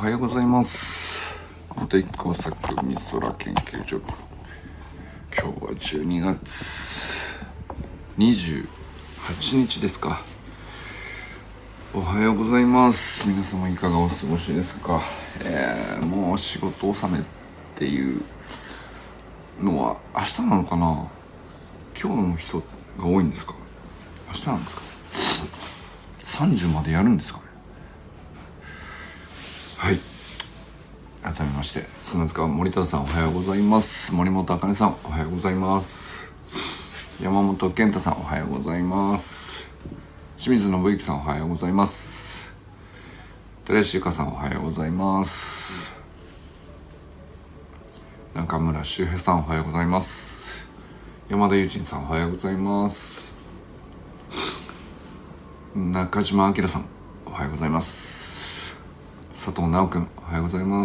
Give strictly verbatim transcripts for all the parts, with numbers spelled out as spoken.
はようございます。茂木工作美空研究所、今日はじゅうにがつにじゅうはちにちですか。おはようございます。皆様いかがお過ごしですか。えー、もう仕事納めっていうのは明日なのかな。今日の人が多いんですか。明日なんですか。さんじゅうまでやるんですかね。はい、改めまして砂塚森田さんおはようございます。森本茜さんおはようございます。山本健太さんおはようございます。清水信之さんおはようございます。寺石由香さんおはようございます。中村修平さんおはようございます。山田裕珍さんおはようございます。中島明さんおはようございます。佐藤直くんおはようございます。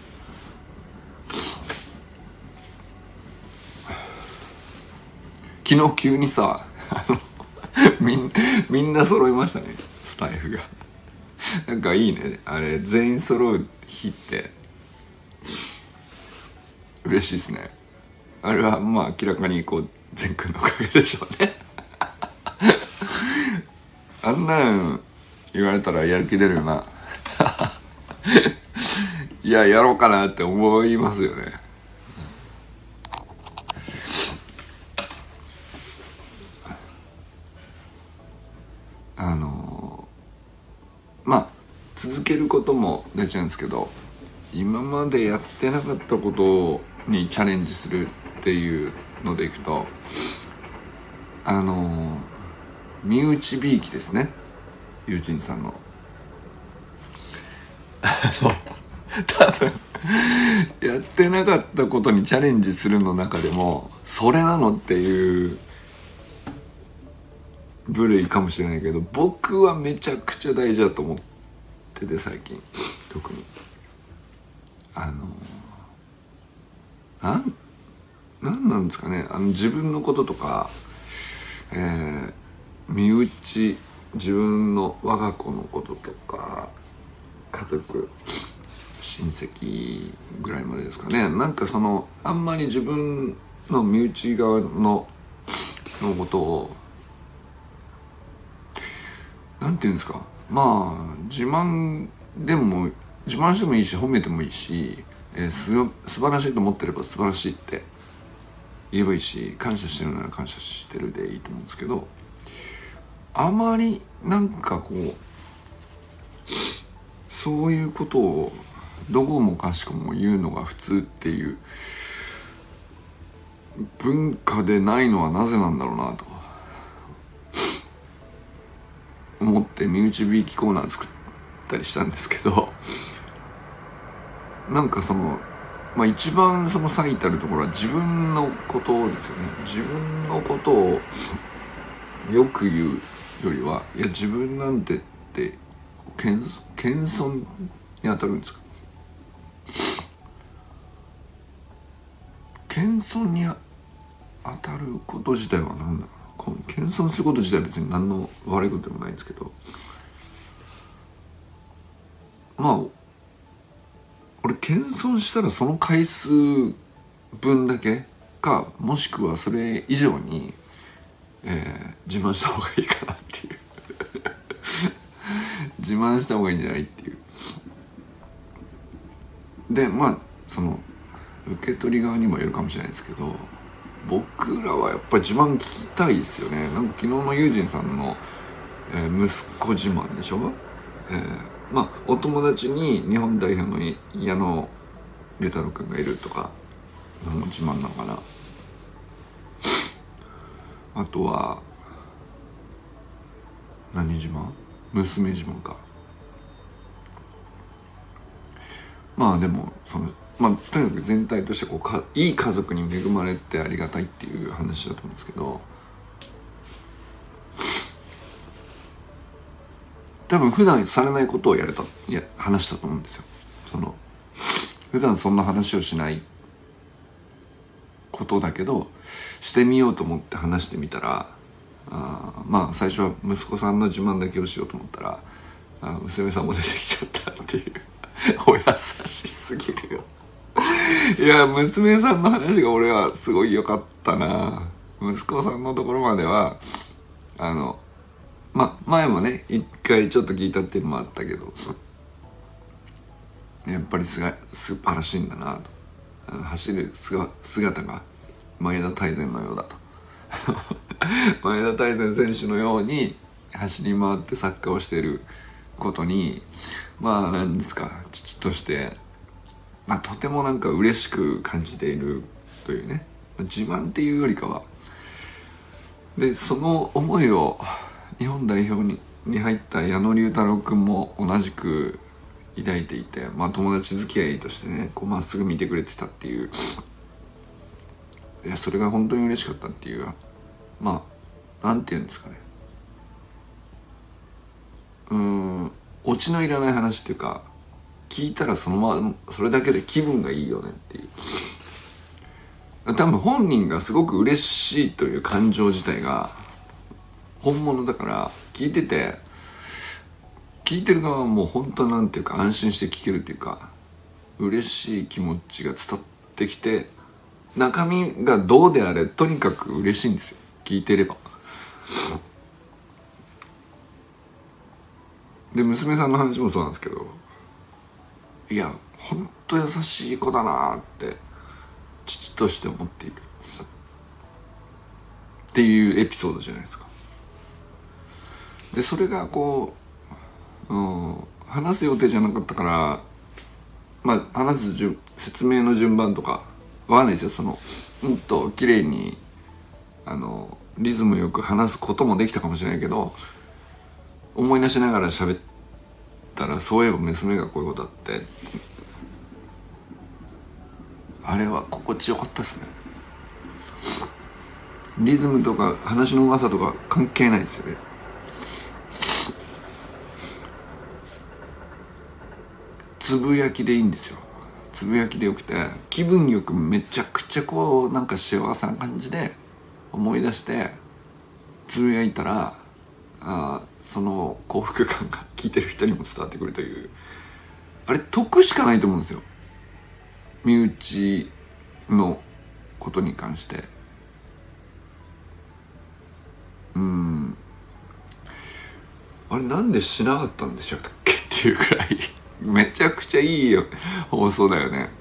昨日急にさあのみんみんな揃いましたね、スタイフが。なんかいいね、あれ全員揃う日って嬉しいですね。あれはまあ明らかにこう善くんのおかげでしょうね。あんなん言われたらやる気出るよな。いや、やろうかなって思いますよね。あのー、まあ続けることも出ちゃうんですけど、今までやってなかったことにチャレンジするっていうのでいくと、あのー、身内びいきですね。ゆうちんさんの多分やってなかったことにチャレンジするの中でもそれなのっていう部類かもしれないけど、僕はめちゃくちゃ大事だと思ってて、最近特にあのなんなんなんですかね、あの自分のこととか、えー、身内、自分の我が子のこととか家族親戚ぐらいまでですかね。なんかそのあんまり自分の身内側ののことをなんていうんですか、まあ自慢でも自慢してもいいし褒めてもいいし、えー、す素晴らしいと思ってれば素晴らしいって言えばいいし、感謝してるなら感謝してるでいいと思うんですけど、あまりなんかこうそういうことをどこもかしこも言うのが普通っていう文化でないのはなぜなんだろうなと思って身内びいきコーナー作ったりしたんですけど、なんかそのまあ一番その最たるところは自分のことですよね。自分のことをよく言うよりは、いや自分なんてって謙謙遜に当たるんですか。謙遜に当たること自体は何だろう。この謙遜すること自体は別に何の悪いことでもないんですけど、まあ俺謙遜したらその回数分だけか、もしくはそれ以上に、えー、自慢した方がいいかなっていう自慢した方がいいんじゃないっていう。でまあその受け取り側にもよるかもしれないですけど、僕らはやっぱり自慢聞きたいですよね。なんか昨日のユージンさんの、えー、息子自慢でしょ、えー、まあお友達に日本代表の矢野龍太郎くんがいるとかの自慢なのかな。あとは何自慢、娘自慢か。まあでもそのまあとにかく全体としてこうかいい家族に恵まれてありがたいっていう話だと思うんですけど、多分普段されないことをやれたいや話したと思うんですよ。その普段そんな話をしないことだけどしてみようと思って話してみたら、あまあ最初は息子さんの自慢だけをしようと思ったら、あ娘さんも出てきちゃったっていうお優しすぎるよ。いや娘さんの話が俺はすごい良かったな。息子さんのところまではあのま前もね一回ちょっと聞いたっていうのもあったけど、やっぱりすが素晴らしいんだなと。あの走る姿が前田大然のようだと前田大然選手のように走り回ってサッカーをしていることに、まあ何ですか、父として、まあ、とてもなんか嬉しく感じているというね、自慢っていうよりかはで、その思いを日本代表にに入った矢野龍太郎君も同じく抱いていて、まあ、友達付き合いとしてねこうまっすぐ見てくれてたっていう、いやそれが本当に嬉しかったっていう、まあなんていうんですかね、うーんオチのいらない話っていうか、聞いたらそのままそれだけで気分がいいよねっていう、多分本人がすごく嬉しいという感情自体が本物だから、聞いてて聞いてる側はもう本当なんていうか安心して聞けるっていうか、嬉しい気持ちが伝ってきて、中身がどうであれとにかく嬉しいんですよ、聞いてれば。で娘さんの話もそうなんですけど、いや本当優しい子だなって父として思っているっていうエピソードじゃないですか。でそれがこう、うん、話す予定じゃなかったから、まあ話す順説明の順番とかわかんないですよ。そのもっと綺麗にあのリズムよく話すこともできたかもしれないけど、思い出しながら喋ったら、そういえば娘がこういうことあって、あれは心地よかったですね。リズムとか話のうまさとか関係ないですよね。つぶやきでいいんですよ。つぶやきでよくて、気分よくめちゃくちゃこうなんか幸せな感じで思い出してつぶやいたら、あその幸福感が聞いてる人にも伝わってくるという、あれ得しかないと思うんですよ、身内のことに関して。うーんあれなんでしなかったんでしょうっけっていうくらいめちゃくちゃいいよ放送だよね。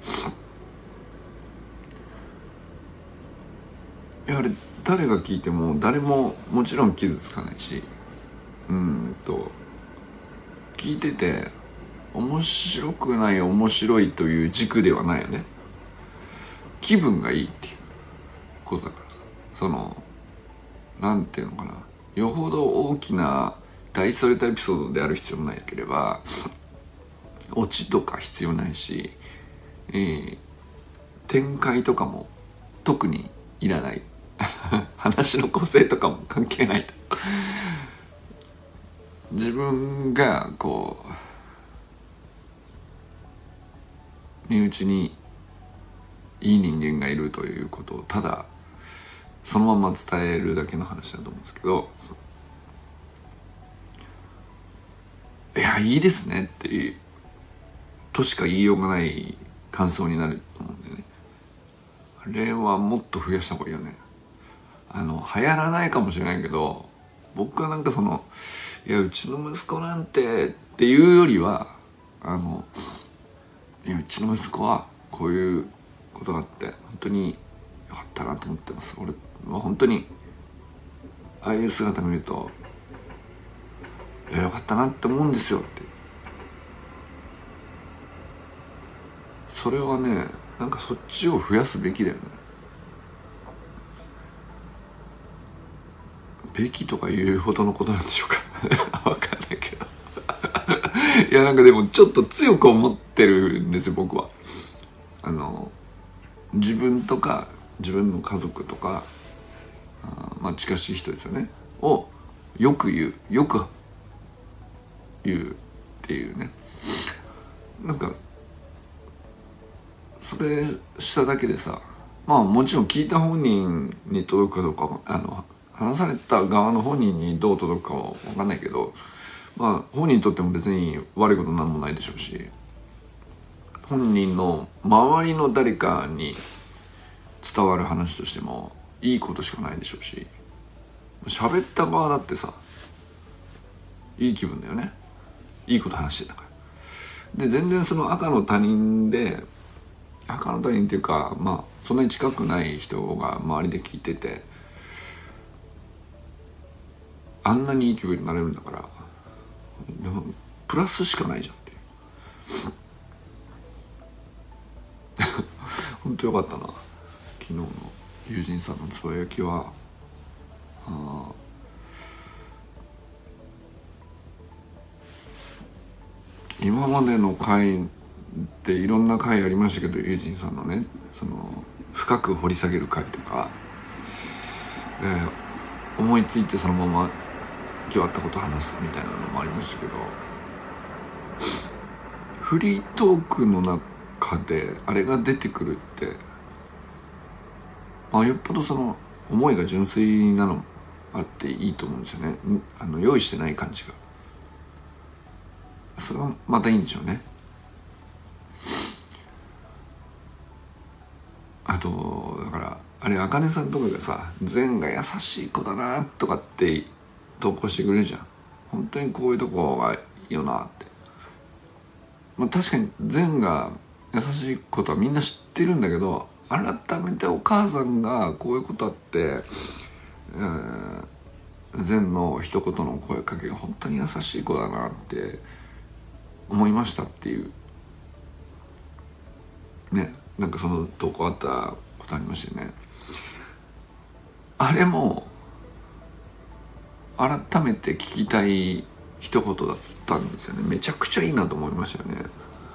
いやあれ誰が聞いても誰ももちろん傷つかないし、うーんと聞いてて面白くない面白いという軸ではないよね。気分がいいっていうことだからさ、そのなんていうのかな、よほど大きな大それたエピソードである必要もないければオチとか必要ないし、えー、展開とかも特にいらない話の構成とかも関係ないと自分がこう身内にいい人間がいるということをただそのまま伝えるだけの話だと思うんですけど、いやいいですねっていうとしか言いようがない感想になると思うんでね。あれはもっと増やした方がいいよね。あの流行らないかもしれないけど、僕はなんかそのいやうちの息子なんてっていうよりは、あのいやうちの息子はこういうことがあって本当によかったなと思ってます。俺は本当にああいう姿見るといやよかったなって思うんですよって。それはね、なんかそっちを増やすべきだよね。べきとか言うほどのことなんでしょうかわかんないけどいやなんかでもちょっと強く思ってるんですよ僕は。あの自分とか自分の家族とか、あまあ近しい人ですよねをよく言うよく言うっていうね、なんかそれしただけでさ、まあもちろん聞いた本人に届くかどうか、あの話された側の本人にどう届くかは分かんないけど、まあ本人にとっても別に悪いことなんもないでしょうし、 本人の周りの誰かに伝わる話としてもいいことしかないでしょうし、喋った側だってさいい気分だよね。いいこと話してたからで、全然その赤の他人で赤の他人っていうか、まあそんなに近くない人が周りで聞いててあんなにいい気分になれるんだから、でもプラスしかないじゃんっていう本当よかったな昨日の友人さんのつぶやきは。あ今までの回っていろんな回ありましたけど、友人さんのねその深く掘り下げる回とか、えー、思いついてそのまま今日あったこと話すみたいなのもありましたけど、フリートークの中であれが出てくるって、まあ、よっぽどその思いが純粋なのもあっていいと思うんですよね。あの用意してない感じが、それはまたいいんでしょうね。あとだからあれあかねさんとかがさ、善が優しい子だなとかって投稿してくれるじゃん。本当にこういうとこがいいよなって。まあ確かに善が優しいことはみんな知ってるんだけど、改めてお母さんがこういうことあって、えー、善の一言の声かけが本当に優しい子だなって思いましたっていうね、なんかその投稿あったことありましたよね。あれも改めて聞きたい一言だったんですよね。めちゃくちゃいいなと思いましたよね。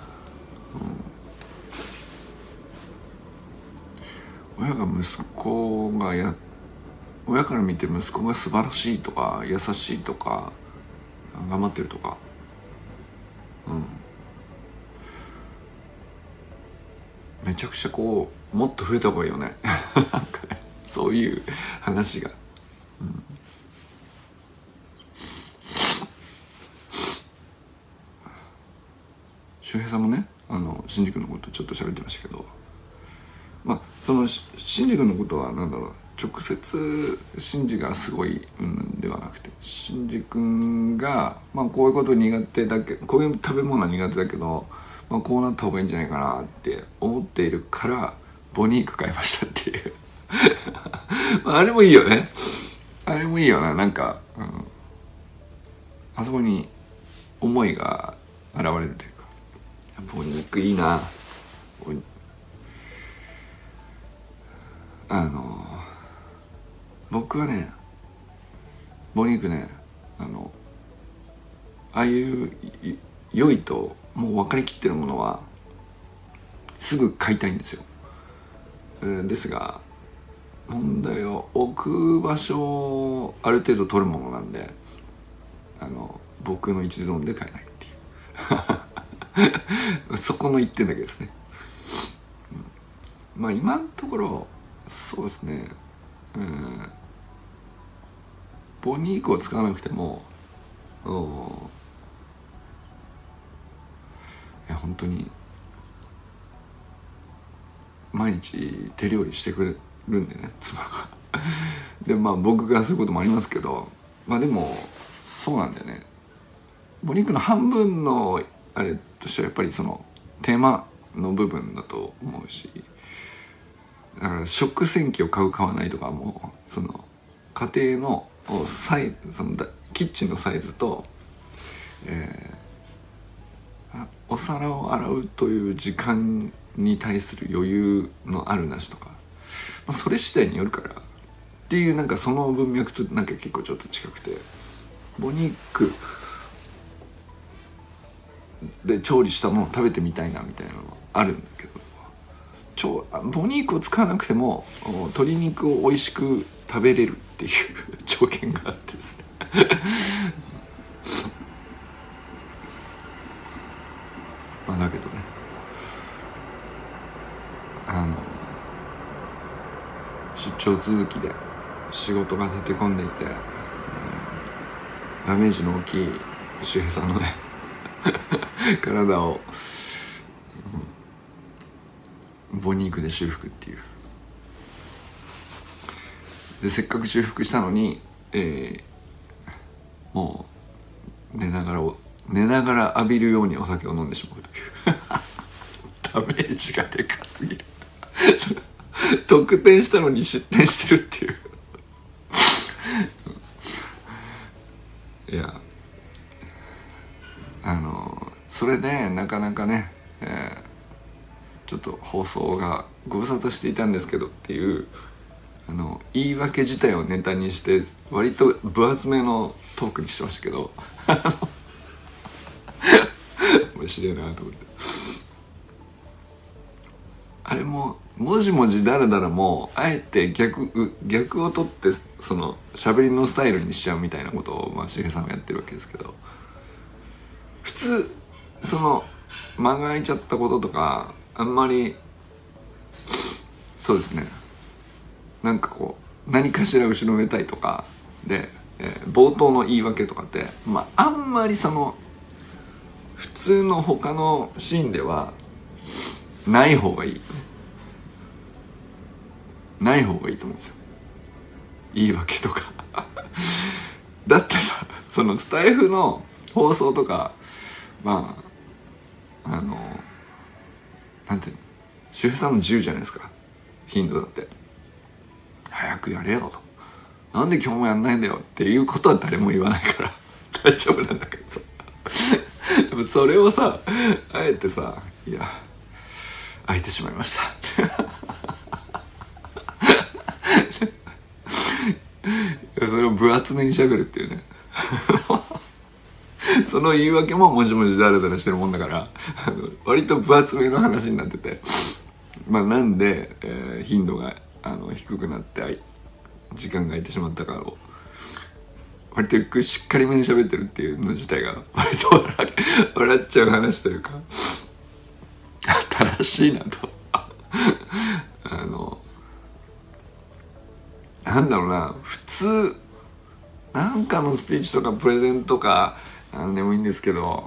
うん、親が息子がや親から見て息子が素晴らしいとか優しいとか頑張ってるとか、うんめちゃくちゃこうもっと増えた方がいいよねなんかね、そういう話が、うん、周平さんもね、あの新宿のことちょっと喋ってましたけど、まあその新宿のことはなんだろう、直接新次がすごいうんではなくて、新次君がまあこういうこと苦手だけこういう食べ物は苦手だけど、まあ、こうなった方がいいんじゃないかなって思っているからボニーク買いましたっていうあれもいいよね。あれもいいよな。なんか、うん、あそこに思いが現れるというか、ボニークいいな。あの僕はねボニークね、あのああいう良いともう分かりきってるものはすぐ買いたいんですよ。えー、ですが問題は置く場所をある程度取るものなんで、あの僕の一存で買えないっていうそこの一点だけですね。うん、まあ今のところそうですね、うん、ボニークを使わなくてもいや本当に毎日手料理してくれるんでね、妻がでまあ僕がそういうこともありますけど、まあでもそうなんだよね。ボニークの半分のあれとしてはやっぱりそのテーマの部分だと思うし、だから食洗機を買う買わないとかもその家庭のサイそのキッチンのサイズと、えー、お皿を洗うという時間に対する余裕のあるなしとか、まあ、それ次第によるからっていう、なんかその文脈となんか結構ちょっと近くて、ボニークで調理したものを食べてみたいなみたいなのはあるんだけど、超ボニークを使わなくても鶏肉を美味しく食べれるっていう条件があってですねまあだけどね、あの出張続きで仕事が立て込んでいて、うん、ダメージの大きい周平さんのね体を母肉で修復っていう。でせっかく修復したのに、えー、もう寝ながら寝ながら浴びるようにお酒を飲んでしまうというダメージがでかすぎる得点したのに失点してるっていういやあのそれでなかなかね、えー、ちょっと放送がご無沙汰していたんですけどっていうあの言い訳自体をネタにして割と分厚めのトークにしてましたけど面白いなと思って、あれももじもじだらだらもあえて逆逆を取ってその喋りのスタイルにしちゃうみたいなことをまあしげさんはやってるわけですけど、普通その間が空いちゃったこととかあんまりそうですね、なんかこう何かしら後ろめたいとかで、えー、冒頭の言い訳とかってまああんまりその普通の他のシーンではない方がいいない方がいいと思うんですよ、言い訳とかだってさそのスタイフの放送とかまああのなんていうの主婦さんの自由じゃないですか、頻度だって早くやれよと、なんで今日もやんないんだよっていうことは誰も言わないから大丈夫なんだけどさでもそれをさあえてさいや空いてしまいましたそれを分厚めに喋るっていうねその言い訳ももじもじだらだらしてるもんだから割と分厚めの話になってて、まあなんで、えー、頻度があの低くなって時間が空いてしまったかを割とゆっくりしっかりめに喋ってるっていうの自体が割と 笑, 笑っちゃう話というか新しいなとあのなんだろうな、普通なんかのスピーチとかプレゼンとかなんでもいいんですけど、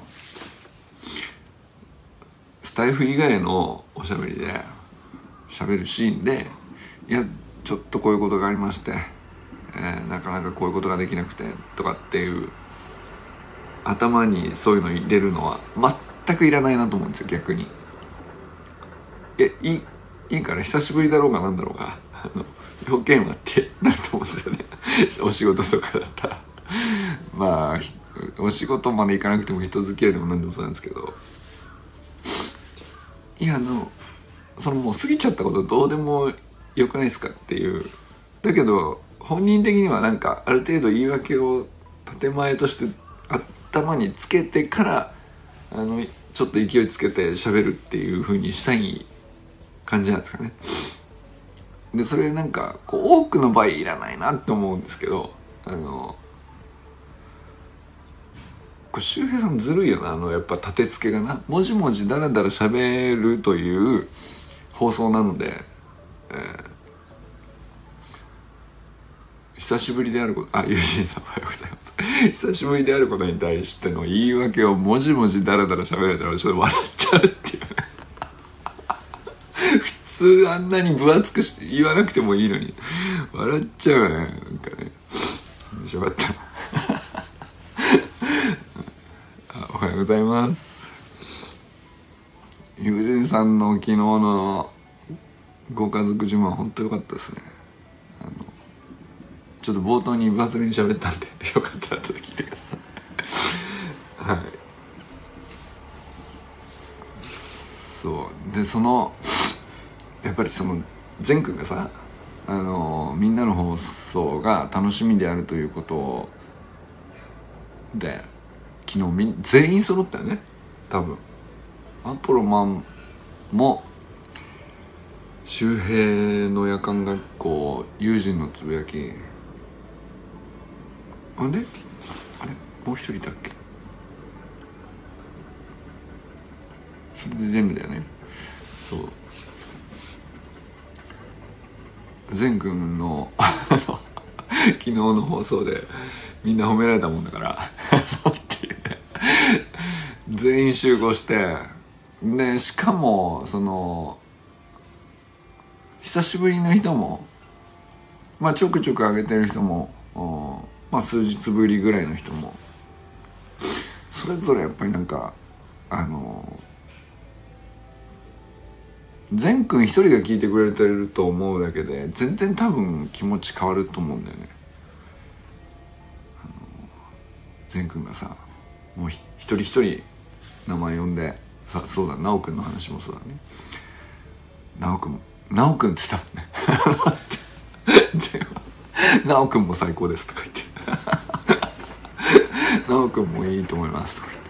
スタイフ以外のおしゃべりで喋るシーンでいやちょっとこういうことがありまして、えー、なかなかこういうことができなくてとかっていう頭にそういうの入れるのは全くいらないなと思うんですよ。逆にえいいいいから久しぶりだろうがなんだろうがあの要件はってなると思うんですよねお仕事とかだったらまあお仕事まで行かなくても人付き合いでも何でもそうなんですけど、いやあのそのもう過ぎちゃったことどうでもよくないですかっていう、だけど本人的にはなんかある程度言い訳を建前として頭につけてからあのちょっと勢いつけて喋るっていう風にしたい感じなんですかね。でそれなんかこう多くの場合いらないなって思うんですけど、あのこれ周平さんずるいよな、あのやっぱ立て付けがな、もじもじだらだら喋るという放送なので、えー、久しぶりであることあ友人さんおはようございます久しぶりであることに対しての言い訳をもじもじだらだら喋られたらちょっと笑っちゃうっていうね普通あんなに分厚くし言わなくてもいいのに笑っちゃうよね、なんかね面白かったあおはようございます。友人さんの昨日のご家族自慢本当良かったですね。あのちょっと冒頭に分厚めに喋ったんでよかったら後で聞いてくださいはいそうで、そのやっぱりその善くんがさ、あのみんなの放送が楽しみであるということで昨日みん全員揃ったよね多分。アポロマンも周平の夜間学校友人のつぶやきあれあれもう一人いたっけ、それで全部だよね。そう善くんの昨日の放送でみんな褒められたもんだからっていうね全員集合して、でしかもその久しぶりの人も、まあちょくちょく上げてる人も、まあ数日ぶりぐらいの人も、それぞれやっぱりなんかあの善くん一人が聞いてくれてると思うだけで全然多分気持ち変わると思うんだよね。善くんがさ、もう一人一人名前呼んでさ、そうだ、なおくんの話もそうだね。なおくんもなおくんって言ったもんねなおくんも最高ですとか言ってなおくんもいいと思いますとか言って、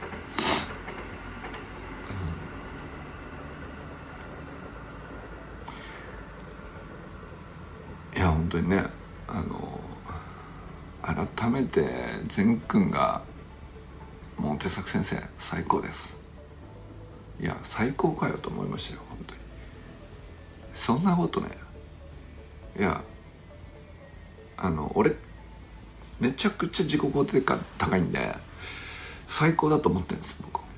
うん、いや本当にね、あの改めて善くんがもう手作先生最高です、いや最高かよと思いましたよ本当に。そんなことね、いやあの俺めちゃくちゃ自己肯定感高いんで最高だと思ってるんですよ僕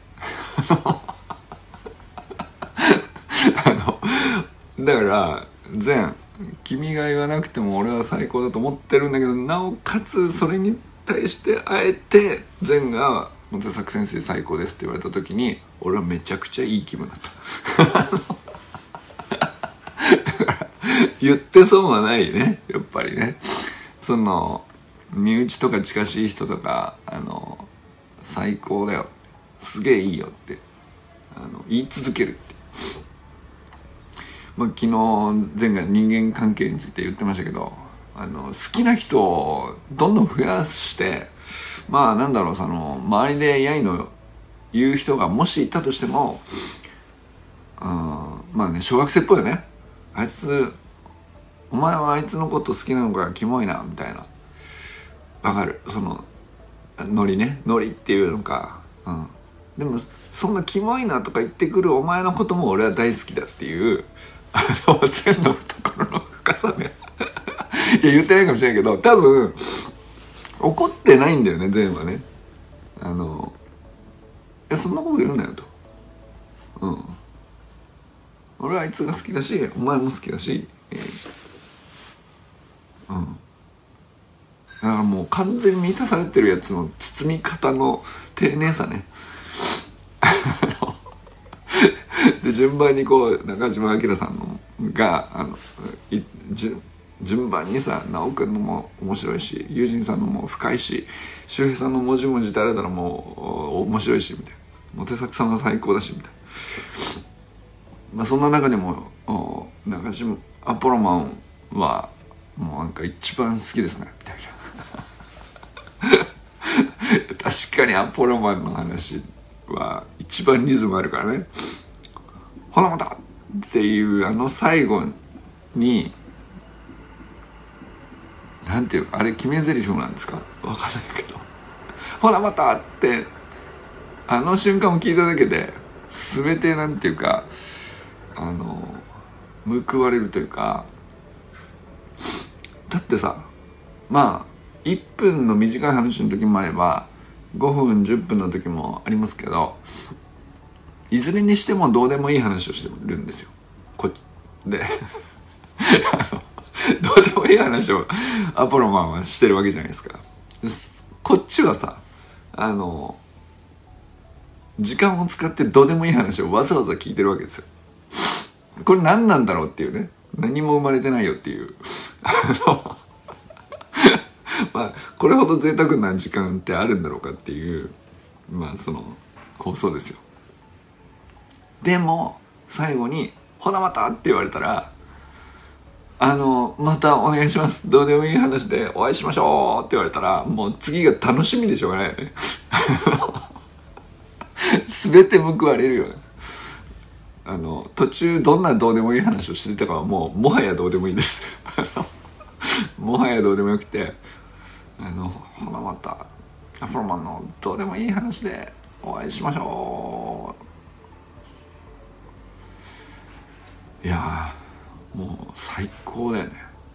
あのだから善、君が言わなくても俺は最高だと思ってるんだけど、なおかつそれに対してあえて善が「本作先生最高です」って言われた時に俺はめちゃくちゃいい気分だっただから言って損はないね、やっぱりね。その身内とか近しい人とかあの最高だよ、すげえいいよってあの言い続けるって、まあ、昨日前回人間関係について言ってましたけど、あの好きな人をどんどん増やして、まあなんだろう、その周りでやいの言う人がもしいたとしても、うん、まあね小学生っぽいよね、あいつお前はあいつのこと好きなのかキモいなみたいな、わかる、そのノリね、ノリっていうのか、うん、でもそんなキモいなとか言ってくるお前のことも俺は大好きだっていうあの全のところの深さねいや言ってないかもしれないけど多分怒ってないんだよね全はね。あのいやそんなこと言うなよと、うん、俺はあいつが好きだしお前も好きだし、えーうん、だからもう完全に満たされてるやつの包み方の丁寧さねで順番にこう中島明さんのがあのい順番にさ、直くんのも面白いし友人さんのも深いし周平さんのもじもじ垂れたらもう面白いしみたいな、もう手作さんは最高だしみたいな、まあ、そんな中でも中島アポロマンはもうなんか一番好きですねみたいな確かにアポロマンの話は一番リズムあるからね。ほらまたっていうあの最後になんていうあれ決め台詞なんですかわかんないけどほらまたってあの瞬間を聞いただけで全てなんていうかあの報われるというか、だってさまあいっぷんの短い話の時もあればごふんじゅっぷんの時もありますけど、いずれにしてもどうでもいい話をしてるんですよこっちであのどうでもいい話をアポロマンはしてるわけじゃないですか。こっちはさあの時間を使ってどうでもいい話をわざわざ聞いてるわけですよ。これ何なんだろうっていうね、何も生まれてないよっていうあのまあこれほど贅沢な時間ってあるんだろうかっていうまあその放送ですよ。でも最後にほなまたって言われたらあのまたお願いしますどうでもいい話でお会いしましょうって言われたらもう次が楽しみでしょうがないよね全て報われるよね。あの途中どんなどうでもいい話をしてたかはもうもはやどうでもいいですもはやどうでもよくて、あのほなまたアフロマンのどうでもいい話でお会いしましょう。いやもう最高だよね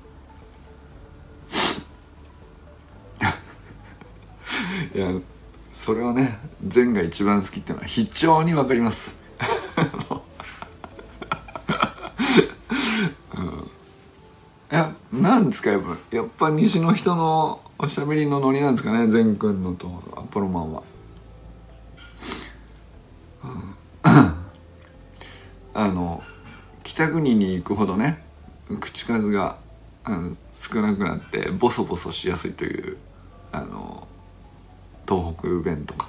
いやそれはね善が一番好きっていうのは非常にわかります、うん、 なんですか、やっぱやっぱ西の人のおしゃべりのノリなんですかね、善くんのとアポロマンは、うん、あの北国に行くほどね口数があの少なくなってボソボソしやすいというあの東北弁とか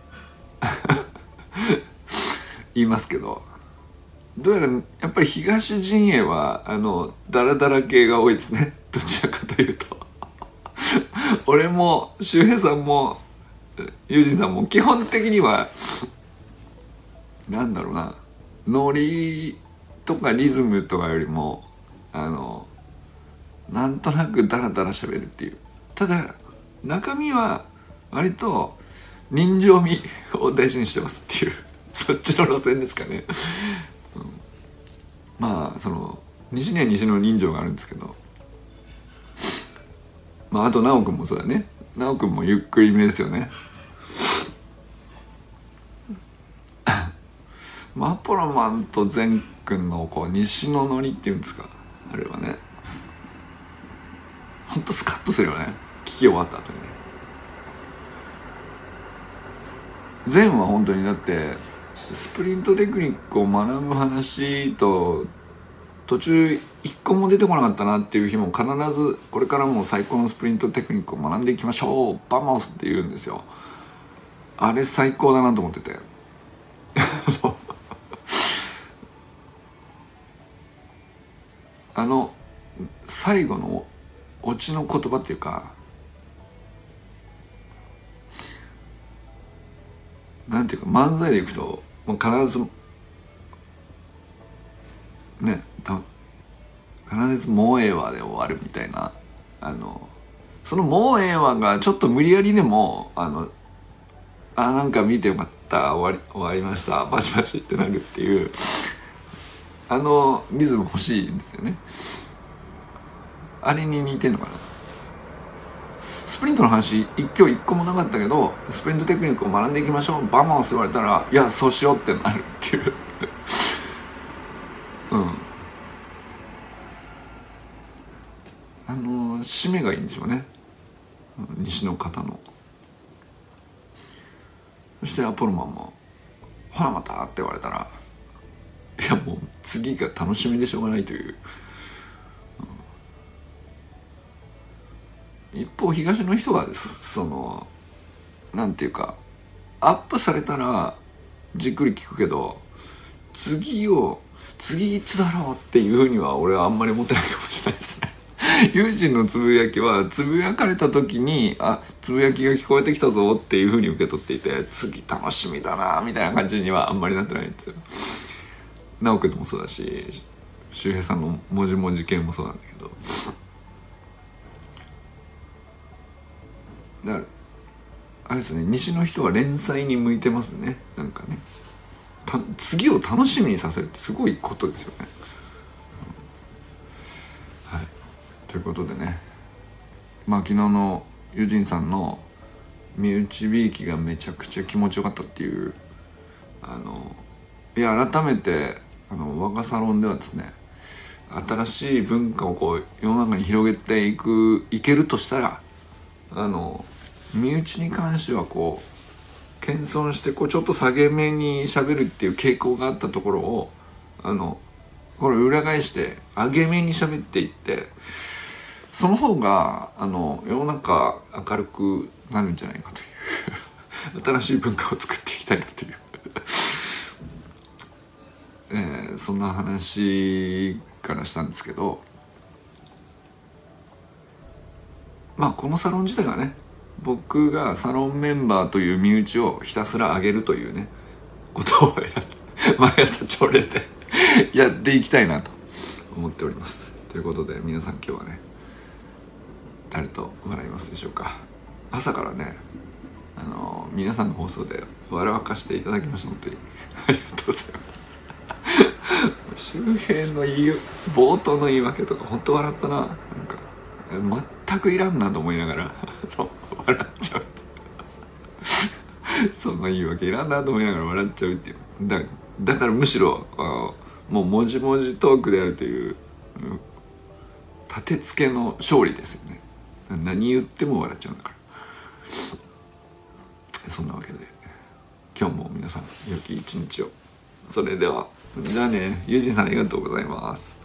言いますけど、どうやらやっぱり東陣営はあのダラダラ系が多いですね、どちらかというと俺も周平さんもユージンさんも基本的にはなんだろうな、ノリとかリズムとかよりもあのなんとなくダラダラ喋るっていう、ただ中身は割と人情味を大事にしてますっていうそっちの路線ですかね、うん、まあその西には西の人情があるんですけど、まああと直くんもそうだね、直くんもゆっくりめですよねまあアポロマンと善くんのこう西のノリっていうんですか、あれはねほんとスカッとするよね、聞き終わった後にね。善は本当にだってスプリントテクニックを学ぶ話と途中一個も出てこなかったなっていう日も必ずこれからもう最高のスプリントテクニックを学んでいきましょうバモスって言うんですよ。あれ最高だなと思っててあの最後のオチの言葉っていうか、なんていうか漫才でいくともう必ずね必ずもうええわで終わるみたいな、あのそのもうええわがちょっと無理やりでもあのあなんか見てよかった終わり終わりましたバチバチってなるっていうあのリズム欲しいんですよね。あれに似てんのかな。スプリントの話一挙一個もなかったけどスプリントテクニックを学んでいきましょうバマンス言われたらいやそうしようってなるっていううんあの締めがいいんでしょうね、西の方の。そしてアポロマンも「ほらまた」って言われたらいやもう次が楽しみでしょうがないという、うん、一方東の人はですそのなんていうかアップされたらじっくり聞くけど次を次いつだろうっていうふうには俺はあんまり思ってないかもしれないですね友人のつぶやきはつぶやかれた時にあつぶやきが聞こえてきたぞっていうふうに受け取っていて次楽しみだなみたいな感じにはあんまりなってないんですよ。直くんもそうだし周平さんのもじもじ系もそうなんだけど、だからあれですね、西の人は連載に向いてますね。なんかねた次を楽しみにさせるってすごいことですよね、うん、はいということでね、まあ昨日のユジンさんの身内びいきがめちゃくちゃ気持ちよかったっていう、あのいや改めてあの我がサロンではですね、新しい文化をこう世の中に広げていくいけるとしたら、あの身内に関してはこう謙遜してこうちょっと下げ目に喋るっていう傾向があったところをあのこれ裏返して上げ目に喋っていって、その方があの世の中明るくなるんじゃないかという新しい文化を作っていきたいなというえー、そんな話からしたんですけど、まあこのサロン自体はね、僕がサロンメンバーという身内をひたすら上げるというねことをや毎朝朝礼でやっていきたいなと思っております。ということで皆さん今日はね誰と笑いますでしょうか。朝からねあのー、皆さんの放送で笑わかしていただきました。本当にありがとうございます。周平の言い冒頭の言い訳とか本当笑ったな。なんか全くいらんなと思いながら笑っちゃうそんな言い訳いらんなと思いながら笑っちゃうっていう。だ, だからむしろあもうもじもじトークであるという、うん、 立て付けの勝利ですよね。何言っても笑っちゃうんだから。そんなわけで今日も皆さん良き一日を。それではじゃあね。ゆうじんさんありがとうございます。